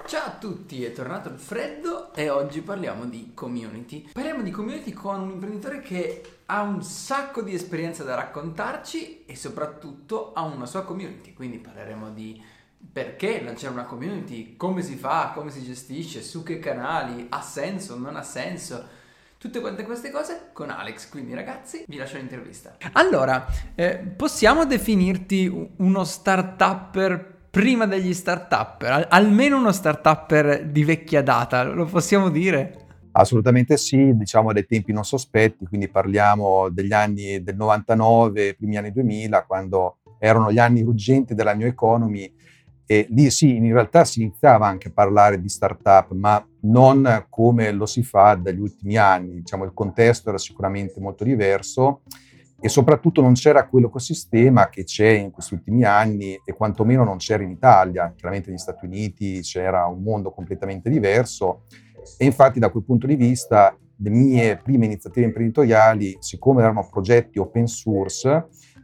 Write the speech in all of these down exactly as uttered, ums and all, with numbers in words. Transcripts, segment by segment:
Ciao a tutti, è tornato il freddo e oggi parliamo di community. Parliamo di community con un imprenditore che ha un sacco di esperienza da raccontarci e soprattutto ha una sua community, quindi parleremo di perché lanciare una community, come si fa, come si gestisce, su che canali, ha senso, non ha senso, tutte quante queste cose con Alex. Quindi ragazzi, vi lascio l'intervista. Allora, eh, possiamo definirti uno start-upper prima degli start-upper, Al- almeno uno start-upper di vecchia data, lo possiamo dire? Assolutamente sì, diciamo dai tempi non sospetti, quindi parliamo degli anni del novantanove, primi anni duemila, quando erano gli anni ruggenti della New Economy, e lì sì, in realtà si iniziava anche a parlare di startup, ma non come lo si fa dagli ultimi anni. Diciamo, il contesto era sicuramente molto diverso e soprattutto non c'era quell'ecosistema che c'è in questi ultimi anni e quantomeno non c'era in Italia. Chiaramente negli Stati Uniti c'era un mondo completamente diverso e infatti da quel punto di vista le mie prime iniziative imprenditoriali, siccome erano progetti open source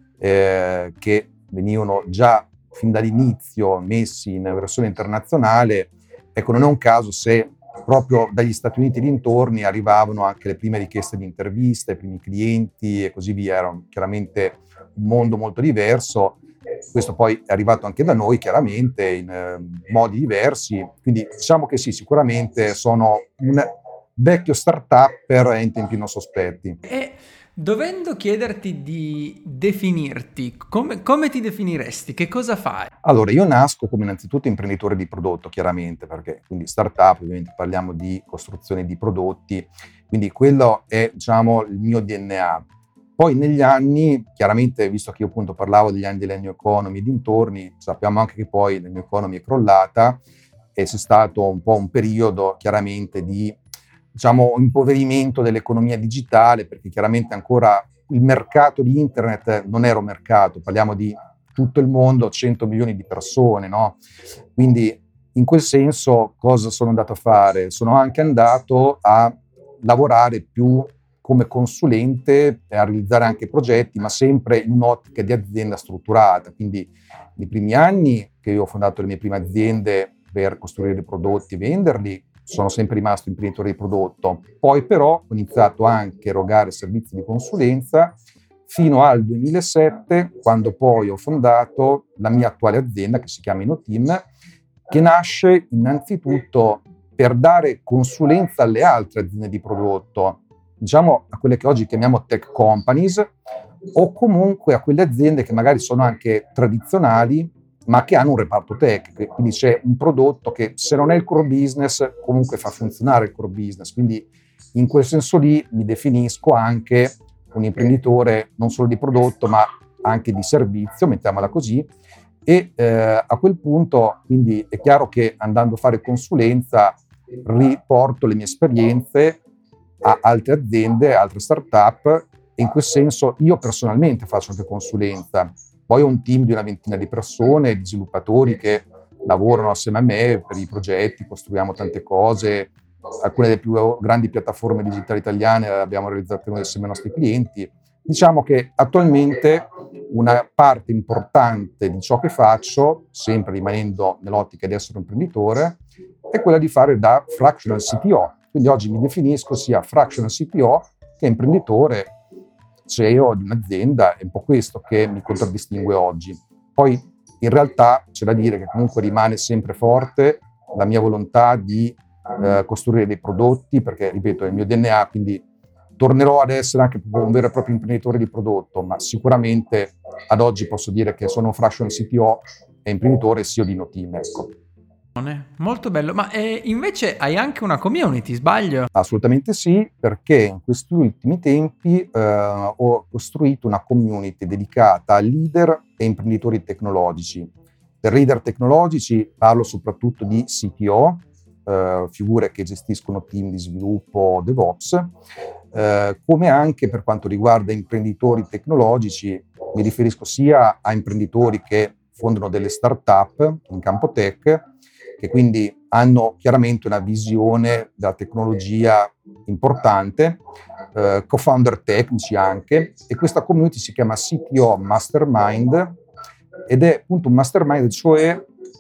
eh, che venivano già fin dall'inizio messi in versione internazionale, ecco, non è un caso se proprio dagli Stati Uniti dintorni arrivavano anche le prime richieste di interviste, i primi clienti e così via. Era chiaramente un mondo molto diverso. Questo poi è arrivato anche da noi, chiaramente, in eh, modi diversi. Quindi diciamo che sì, sicuramente sono un vecchio start-upper in tempi non sospetti. E dovendo chiederti di definirti, come, come ti definiresti? Che cosa fai? Allora, io nasco come innanzitutto imprenditore di prodotto, chiaramente, perché quindi startup, ovviamente parliamo di costruzione di prodotti, quindi quello è, diciamo, il mio D N A. Poi negli anni, chiaramente, visto che io appunto parlavo degli anni della New Economy e dintorni, sappiamo anche che poi la New Economy è crollata e c'è stato un po' un periodo, chiaramente, di, diciamo, impoverimento dell'economia digitale, perché chiaramente ancora il mercato di internet non era un mercato, parliamo di tutto il mondo, cento milioni di persone, no? Quindi in quel senso cosa sono andato a fare? Sono anche andato a lavorare più come consulente e a realizzare anche progetti, ma sempre in un'ottica di azienda strutturata. Quindi nei primi anni che io ho fondato le mie prime aziende per costruire dei prodotti e venderli, sono sempre rimasto imprenditore di prodotto. Poi però ho iniziato anche a erogare servizi di consulenza fino al duemilasette, quando poi ho fondato la mia attuale azienda che si chiama Inoteam, che nasce innanzitutto per dare consulenza alle altre aziende di prodotto, diciamo a quelle che oggi chiamiamo tech companies, o comunque a quelle aziende che magari sono anche tradizionali, ma che hanno un reparto tech, quindi c'è un prodotto che se non è il core business comunque fa funzionare il core business, quindi in quel senso lì mi definisco anche un imprenditore non solo di prodotto ma anche di servizio, mettiamola così, e eh, a quel punto quindi è chiaro che andando a fare consulenza riporto le mie esperienze a altre aziende, altre start-up, e in quel senso io personalmente faccio anche consulenza. Poi ho un team di una ventina di persone, di sviluppatori che lavorano assieme a me per i progetti, costruiamo tante cose. Alcune delle più grandi piattaforme digitali italiane le abbiamo realizzate noi assieme ai nostri clienti. Diciamo che attualmente una parte importante di ciò che faccio, sempre rimanendo nell'ottica di essere un imprenditore, è quella di fare da fractional C T O. Quindi oggi mi definisco sia fractional C T O che imprenditore C E O di un'azienda, è un po' questo che mi contraddistingue oggi. Poi in realtà c'è da dire che comunque rimane sempre forte la mia volontà di eh, costruire dei prodotti, perché ripeto è il mio D N A, quindi tornerò ad essere anche un vero e proprio imprenditore di prodotto, ma sicuramente ad oggi posso dire che sono un fractional C T O e imprenditore C E O di Inoteam, ecco. Molto bello, ma eh, invece hai anche una community, sbaglio? Assolutamente sì, perché in questi ultimi tempi eh, ho costruito una community dedicata a leader e imprenditori tecnologici. Per leader tecnologici parlo soprattutto di C T O, eh, figure che gestiscono team di sviluppo DevOps, eh, come anche per quanto riguarda imprenditori tecnologici, mi riferisco sia a imprenditori che fondano delle start-up in campo tech, che quindi hanno chiaramente una visione della tecnologia importante, eh, co-founder tecnici anche, e questa community si chiama C T O Mastermind ed è appunto un mastermind, cioè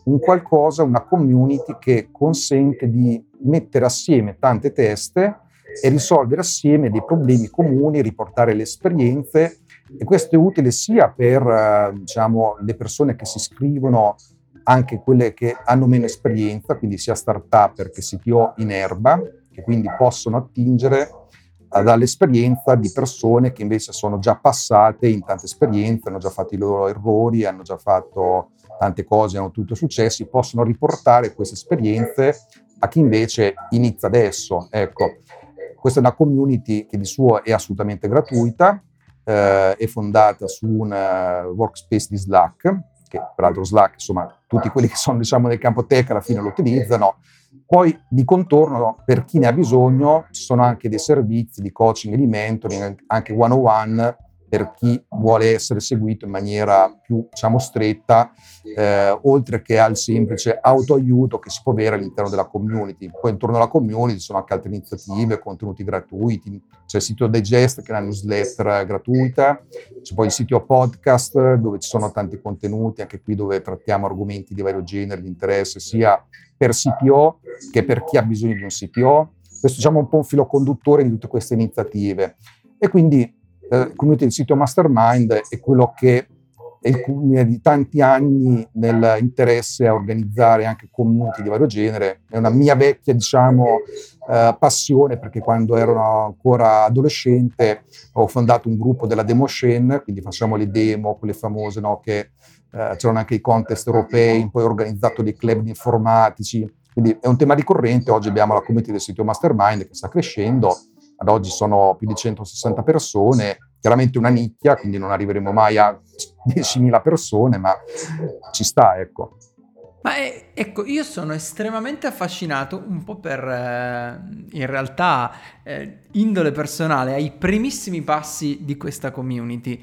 un qualcosa, una community che consente di mettere assieme tante teste e risolvere assieme dei problemi comuni, riportare le esperienze, e questo è utile sia per eh, diciamo, le persone che si iscrivono, anche quelle che hanno meno esperienza, quindi sia start-up che C T O in erba, che quindi possono attingere dall'esperienza di persone che invece sono già passate in tante esperienze, hanno già fatto i loro errori, hanno già fatto tante cose, hanno tutto successi, possono riportare queste esperienze a chi invece inizia adesso. Ecco, questa è una community che di suo è assolutamente gratuita, eh, è fondata su un uh, workspace di Slack, che peraltro Slack, insomma, tutti quelli che sono diciamo nel campo tech alla fine lo utilizzano. Poi di contorno, per chi ne ha bisogno, ci sono anche dei servizi di coaching e di mentoring, anche one on one, per chi vuole essere seguito in maniera più, diciamo, stretta, eh, oltre che al semplice autoaiuto che si può avere all'interno della community. Poi intorno alla community ci sono anche altre iniziative, contenuti gratuiti, c'è il sito Digest che è una newsletter gratuita, c'è poi il sito podcast dove ci sono tanti contenuti, anche qui dove trattiamo argomenti di vario genere, di interesse, sia per C T O che per chi ha bisogno di un C T O. Questo diciamo è un po' un filo conduttore di tutte queste iniziative. E quindi il community del sito Mastermind è quello che è il culmine di tanti anni nell'interesse a organizzare anche community di vario genere. È una mia vecchia, diciamo, eh, passione, perché quando ero ancora adolescente ho fondato un gruppo della Demoscene, quindi facciamo le demo, quelle famose, no, che eh, c'erano anche i contest europei, poi ho organizzato dei club di informatici, quindi è un tema ricorrente. Oggi abbiamo la community del sito Mastermind che sta crescendo. Ad oggi sono più di centosessanta persone, chiaramente una nicchia, quindi non arriveremo mai a diecimila persone, ma ci sta, ecco. Ma è, ecco, io sono estremamente affascinato un po' per, eh, in realtà, eh, indole personale, ai primissimi passi di questa community.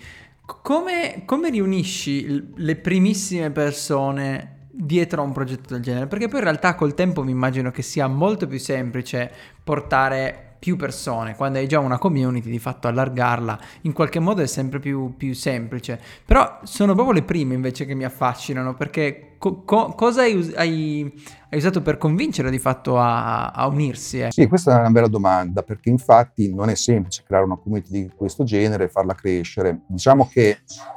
Come, come riunisci l- le primissime persone dietro a un progetto del genere? Perché poi in realtà col tempo mi immagino che sia molto più semplice portare più persone. Quando hai già una community, di fatto allargarla in qualche modo è sempre più, più semplice. Però sono proprio le prime invece che mi affascinano, perché co- co- cosa hai, us- hai, hai usato per convincere di fatto a, a unirsi? Eh? Sì, questa è una bella domanda, perché infatti non è semplice creare una community di questo genere e farla crescere. Diciamo che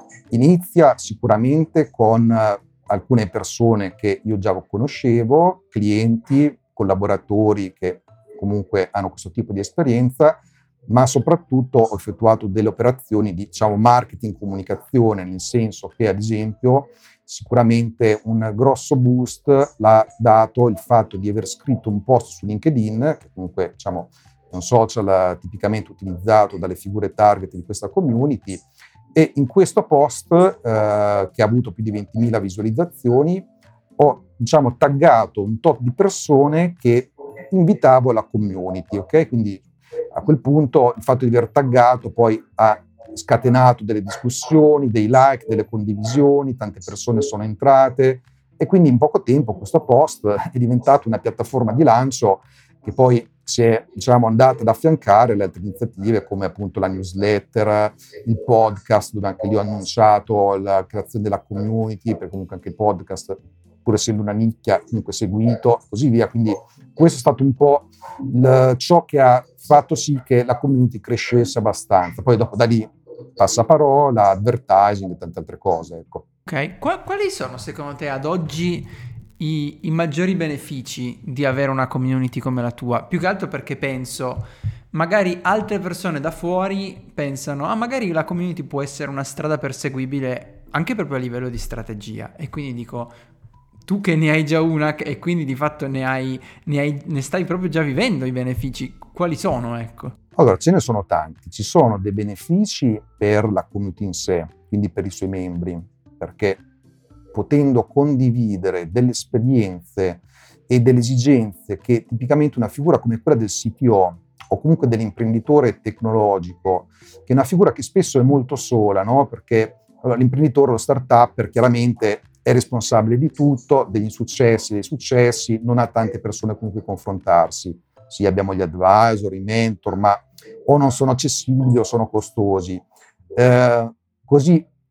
inizia sicuramente con alcune persone che io già conoscevo, clienti, collaboratori che comunque hanno questo tipo di esperienza, ma soprattutto ho effettuato delle operazioni di, diciamo, marketing comunicazione, nel senso che, ad esempio, sicuramente un grosso boost l'ha dato il fatto di aver scritto un post su LinkedIn, che comunque, diciamo, è un social tipicamente utilizzato dalle figure target di questa community, e in questo post, eh, che ha avuto più di ventimila visualizzazioni, ho, diciamo, taggato un tot di persone che invitavo alla community, ok? Quindi a quel punto il fatto di aver taggato poi ha scatenato delle discussioni, dei like, delle condivisioni, tante persone sono entrate, e quindi in poco tempo questo post è diventato una piattaforma di lancio che poi si è, diciamo, andata ad affiancare le altre iniziative, come appunto la newsletter, il podcast, dove anche lì ho annunciato la creazione della community, perché comunque anche il podcast, pur essendo una nicchia, comunque seguito, e così via. Quindi questo è stato un po' il, ciò che ha fatto sì che la community crescesse abbastanza. Poi dopo da lì passaparola, advertising e tante altre cose, ecco. Ok, Qua- quali sono secondo te ad oggi i, i maggiori benefici di avere una community come la tua? Più che altro perché penso, magari altre persone da fuori pensano, ah, magari la community può essere una strada perseguibile anche proprio a livello di strategia, e quindi dico, tu che ne hai già una e quindi di fatto ne hai, ne hai, ne stai proprio già vivendo i benefici, quali sono, ecco? Allora, ce ne sono tanti. Ci sono dei benefici per la community in sé, quindi per i suoi membri, perché potendo condividere delle esperienze e delle esigenze che tipicamente una figura come quella del C T O o comunque dell'imprenditore tecnologico, che è una figura che spesso è molto sola, no? Perché allora, l'imprenditore, lo start-up, chiaramente è responsabile di tutto, degli insuccessi, dei successi, non ha tante persone con cui confrontarsi. Sì, abbiamo gli advisor, i mentor, ma o non sono accessibili o sono costosi. Eh, così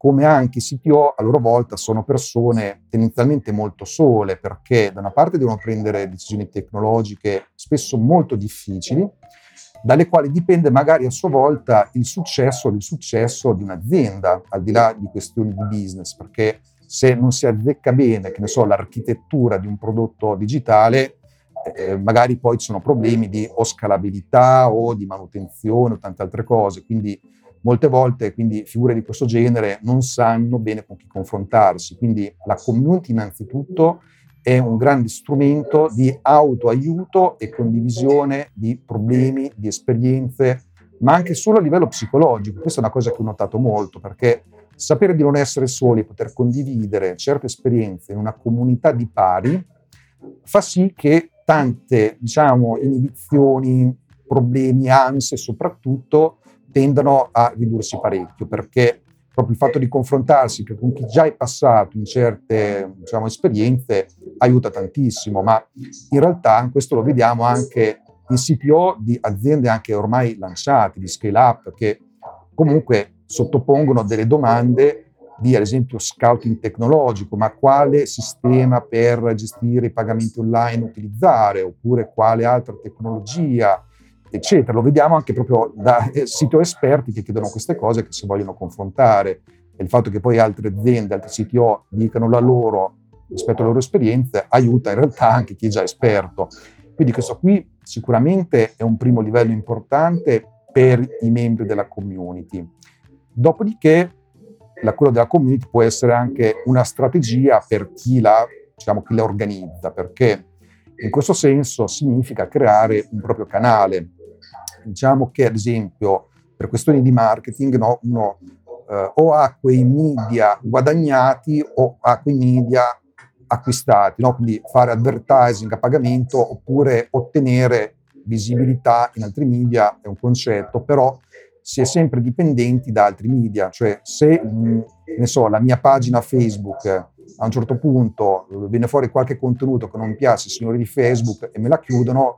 come anche i C T O a loro volta sono persone tendenzialmente molto sole, perché da una parte devono prendere decisioni tecnologiche spesso molto difficili, dalle quali dipende magari a sua volta il successo o l'insuccesso di un'azienda, al di là di questioni di business, perché se non si azzecca bene, che ne so, l'architettura di un prodotto digitale, eh, magari poi ci sono problemi di o scalabilità o di manutenzione o tante altre cose, quindi molte volte quindi figure di questo genere non sanno bene con chi confrontarsi, quindi la community innanzitutto è un grande strumento di autoaiuto e condivisione di problemi, di esperienze, ma anche solo a livello psicologico. Questa è una cosa che ho notato molto, perché sapere di non essere soli e poter condividere certe esperienze in una comunità di pari fa sì che tante, diciamo, inibizioni, problemi, ansie soprattutto, tendano a ridursi parecchio, perché proprio il fatto di confrontarsi con chi già è passato in certe, diciamo, esperienze aiuta tantissimo, ma in realtà questo lo vediamo anche in C T O di aziende anche ormai lanciate, di scale up, che comunque sottopongono delle domande di, ad esempio, scouting tecnologico, ma quale sistema per gestire i pagamenti online utilizzare, oppure quale altra tecnologia, eccetera. Lo vediamo anche proprio da sito esperti che chiedono queste cose, che si vogliono confrontare, e il fatto che poi altre aziende, altri C T O dicano la loro rispetto alle loro esperienze aiuta in realtà anche chi è già esperto. Quindi questo qui sicuramente è un primo livello importante per i membri della community. Dopodiché la, quello della community può essere anche una strategia per chi la, diciamo, chi la organizza, perché in questo senso significa creare un proprio canale. Diciamo che, ad esempio, per questioni di marketing, no, uno eh, o ha quei media guadagnati o ha quei media acquistati, no? Quindi fare advertising a pagamento oppure ottenere visibilità in altri media è un concetto, però si è sempre dipendenti da altri media, cioè se mh, ne so, la mia pagina Facebook a un certo punto viene fuori qualche contenuto che non piace ai signori di Facebook e me la chiudono,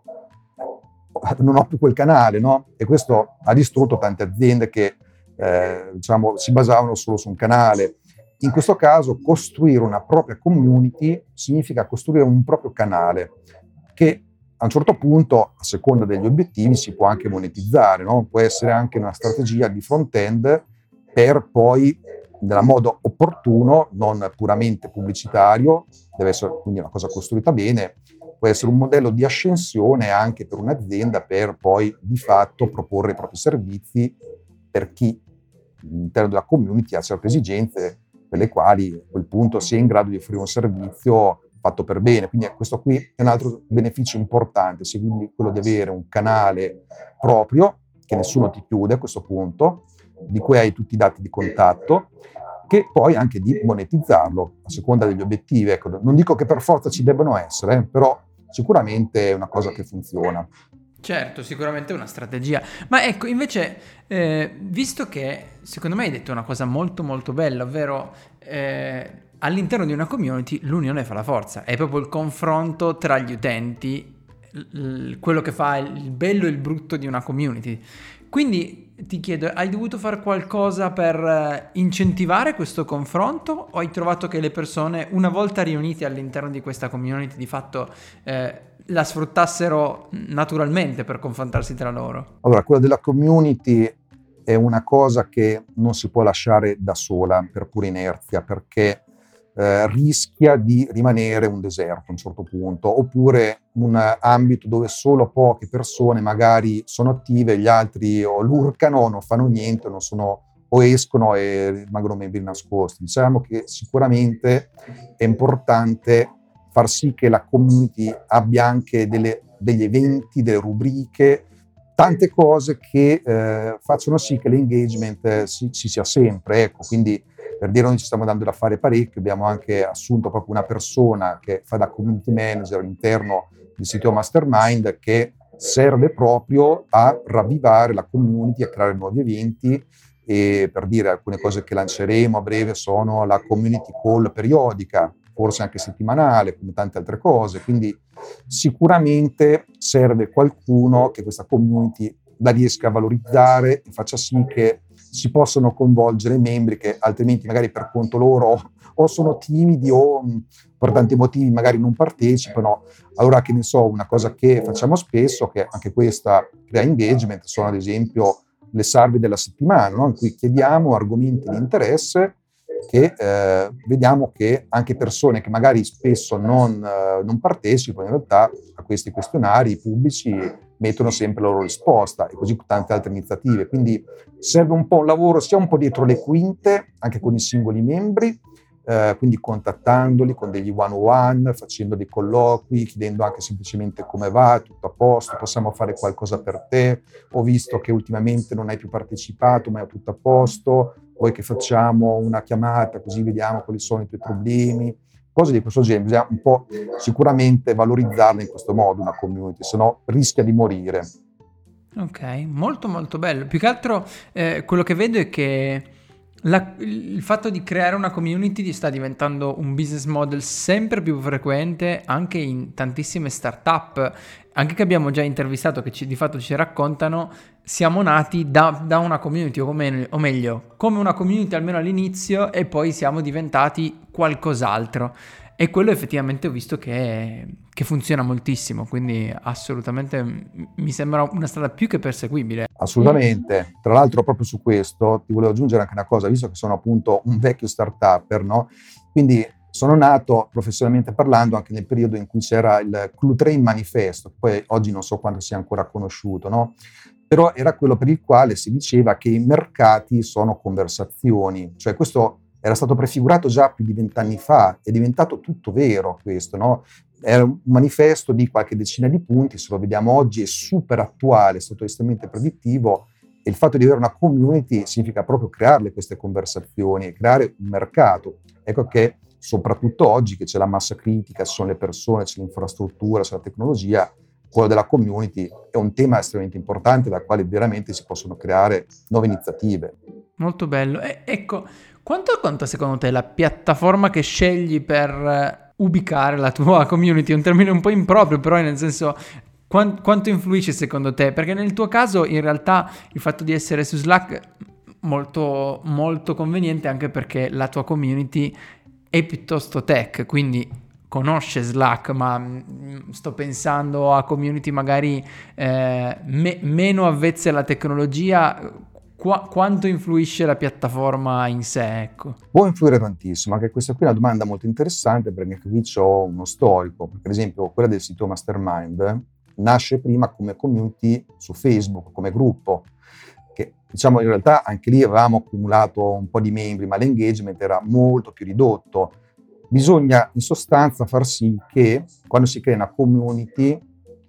non ho più quel canale, no? E questo ha distrutto tante aziende che eh, diciamo si basavano solo su un canale. In questo caso costruire una propria community significa costruire un proprio canale che a un certo punto, a seconda degli obiettivi, si può anche monetizzare, no? Può essere anche una strategia di front-end per poi, nel modo opportuno, non puramente pubblicitario, deve essere quindi una cosa costruita bene, può essere un modello di ascensione anche per un'azienda per poi di fatto proporre i propri servizi per chi all'interno della community ha certe esigenze per le quali a quel punto si è in grado di offrire un servizio fatto per bene. Quindi questo qui è un altro beneficio importante, sì, quindi quello di avere un canale proprio che nessuno ti chiude a questo punto, di cui hai tutti i dati di contatto, che poi anche di monetizzarlo a seconda degli obiettivi. Ecco, non dico che per forza ci debbano essere, eh, però sicuramente è una cosa che funziona. Certo, sicuramente è una strategia. Ma ecco, invece, eh, visto che secondo me hai detto una cosa molto molto bella, ovvero eh, all'interno di una community l'unione fa la forza, è proprio il confronto tra gli utenti, l- quello che fa il bello e il brutto di una community. Quindi ti chiedo, hai dovuto fare qualcosa per incentivare questo confronto o hai trovato che le persone, una volta riunite all'interno di questa community, di fatto eh, la sfruttassero naturalmente per confrontarsi tra loro? Allora, quella della community è una cosa che non si può lasciare da sola per pura inerzia, perché eh, rischia di rimanere un deserto a un certo punto, oppure un ambito dove solo poche persone magari sono attive, gli altri o lurcano o non fanno niente, non sono, o escono e rimangono membri nascosti. Diciamo che sicuramente è importante far sì che la community abbia anche delle, degli eventi, delle rubriche, tante cose che eh, facciano sì che l'engagement eh, ci, ci sia sempre. Ecco, quindi per dire, noi ci stiamo dando da fare parecchio, abbiamo anche assunto proprio una persona che fa da community manager all'interno del sito Mastermind, che serve proprio a ravvivare la community, a creare nuovi eventi. E per dire, alcune cose che lanceremo a breve sono la community call periodica, forse anche settimanale, come tante altre cose. Quindi sicuramente serve qualcuno che questa community la riesca a valorizzare e faccia sì che si possono coinvolgere i membri che altrimenti magari per conto loro o sono timidi o mh, per tanti motivi magari non partecipano. Allora, che ne so, una cosa che facciamo spesso, che anche questa crea engagement, sono ad esempio le salve della settimana, no? In cui chiediamo argomenti di interesse che eh, vediamo che anche persone che magari spesso non, eh, non partecipano, in realtà a questi questionari pubblici mettono sempre la loro risposta, e così tante altre iniziative. Quindi serve un po' un lavoro sia un po' dietro le quinte, anche con i singoli membri, eh, quindi contattandoli con degli one-on-one, facendo dei colloqui, chiedendo anche semplicemente come va, tutto a posto, possiamo fare qualcosa per te, ho visto che ultimamente non hai più partecipato ma è tutto a posto, vuoi che facciamo una chiamata così vediamo quali sono i tuoi problemi, cose di questo genere. Bisogna un po' sicuramente valorizzarla in questo modo una community, se no rischia di morire. Ok, molto molto bello. Più che altro eh, quello che vedo è che la- il fatto di creare una community sta diventando un business model sempre più frequente anche in tantissime startup, anche che abbiamo già intervistato, che ci- di fatto ci raccontano, siamo nati da, da una community, o, come- o meglio, come una community almeno all'inizio, e poi siamo diventati qualcos'altro. E quello effettivamente ho visto che, che funziona moltissimo, quindi assolutamente m- mi sembra una strada più che perseguibile. Assolutamente. Tra l'altro proprio su questo ti volevo aggiungere anche una cosa, visto che sono appunto un vecchio startupper, no? Quindi sono nato professionalmente parlando anche nel periodo in cui c'era il Cluetrain Manifesto, che poi oggi non so quanto sia ancora conosciuto, no? Però era quello per il quale si diceva che i mercati sono conversazioni, cioè questo era stato prefigurato già più di vent'anni fa, è diventato tutto vero questo, no? Era un manifesto di qualche decina di punti, se lo vediamo oggi è super attuale, è stato estremamente predittivo, e il fatto di avere una community significa proprio crearle queste conversazioni e creare un mercato. Ecco che soprattutto oggi che c'è la massa critica, ci sono le persone, c'è l'infrastruttura, c'è la tecnologia, quello della community è un tema estremamente importante dal quale veramente si possono creare nuove iniziative. Molto bello. E, ecco, quanto conta secondo te la piattaforma che scegli per eh, ubicare la tua community? È un termine un po' improprio, però nel senso, quan- quanto influisce secondo te? Perché nel tuo caso in realtà il fatto di essere su Slack molto, molto conveniente, anche perché la tua community è piuttosto tech, quindi conosce Slack, ma mm, sto pensando a community magari eh, me- meno avvezze alla tecnologia. Qua- quanto influisce la piattaforma in sé, ecco? Può influire tantissimo, anche questa qui è una domanda molto interessante perché anche qui ho uno storico. Per esempio quella del sito Mastermind eh, nasce prima come community su Facebook, come gruppo, che diciamo in realtà anche lì avevamo accumulato un po' di membri, ma l'engagement era molto più ridotto. Bisogna in sostanza far sì che quando si crea una community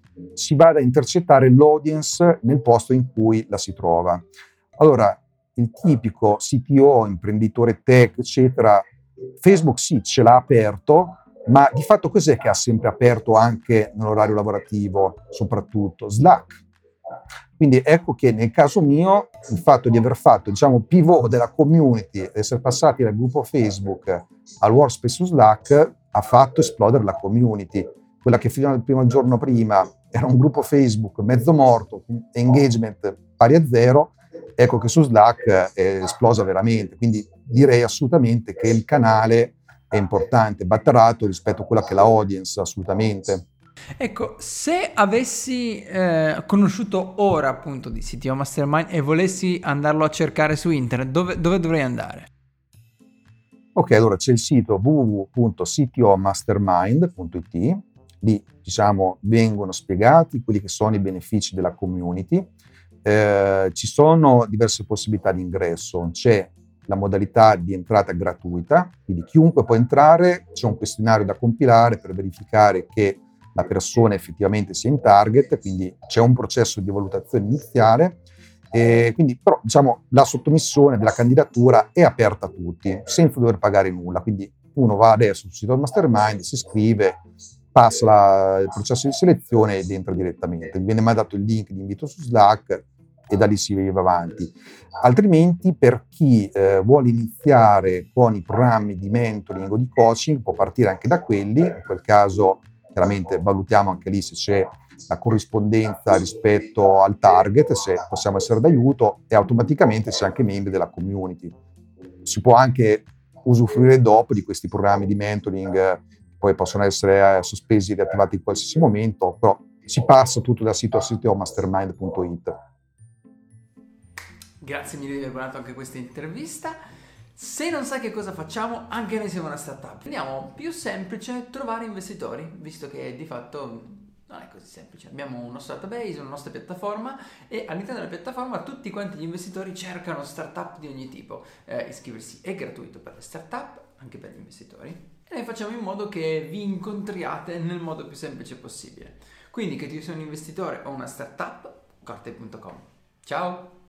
si vada a intercettare l'audience nel posto in cui la si trova. Allora, il tipico C T O, imprenditore tech, eccetera, Facebook sì, ce l'ha aperto, ma di fatto cos'è che ha sempre aperto anche nell'orario lavorativo, soprattutto? Slack. Quindi ecco che nel caso mio il fatto di aver fatto, diciamo, pivot della community, essere passati dal gruppo Facebook al workspace su Slack, ha fatto esplodere la community. Quella che fino al primo giorno prima era un gruppo Facebook mezzo morto, engagement pari a zero, ecco che su Slack è esplosa veramente. Quindi direi assolutamente che il canale è importante, batterato rispetto a quella che è la audience, assolutamente. Ecco, se avessi eh, conosciuto ora appunto di C T O Mastermind e volessi andarlo a cercare su internet, dove, dove dovrei andare? Ok, allora c'è il sito w w w punto c t o mastermind punto i t, lì diciamo vengono spiegati quelli che sono i benefici della community, eh, ci sono diverse possibilità di ingresso, c'è la modalità di entrata gratuita, quindi chiunque può entrare, c'è un questionario da compilare per verificare che la persona effettivamente sia in target, quindi c'è un processo di valutazione iniziale, e quindi però diciamo la sottomissione della candidatura è aperta a tutti, senza dover pagare nulla, quindi uno va adesso sul sito del Mastermind, si iscrive, passa la, il processo di selezione ed entra direttamente, gli viene mandato il link di invito su Slack e da lì si va avanti. Altrimenti per chi eh, vuole iniziare con i programmi di mentoring o di coaching può partire anche da quelli, in quel caso chiaramente valutiamo anche lì se c'è la corrispondenza rispetto al target, se possiamo essere d'aiuto, e automaticamente si è anche membri della community. Si può anche usufruire dopo di questi programmi di mentoring, poi possono essere sospesi e riattivati in qualsiasi momento, però si passa tutto dal sito a sito mastermind punto it. Grazie mille di aver guardato anche questa intervista. Se non sai che cosa facciamo, anche noi siamo una startup. Rendiamo più semplice trovare investitori, visto che di fatto non è così semplice. Abbiamo un nostro database, una nostra piattaforma, e all'interno della piattaforma tutti quanti gli investitori cercano startup di ogni tipo. Eh, iscriversi è gratuito per le startup, anche per gli investitori, e noi facciamo in modo che vi incontriate nel modo più semplice possibile. Quindi che tu sia un investitore o una startup, corte punto com. Ciao!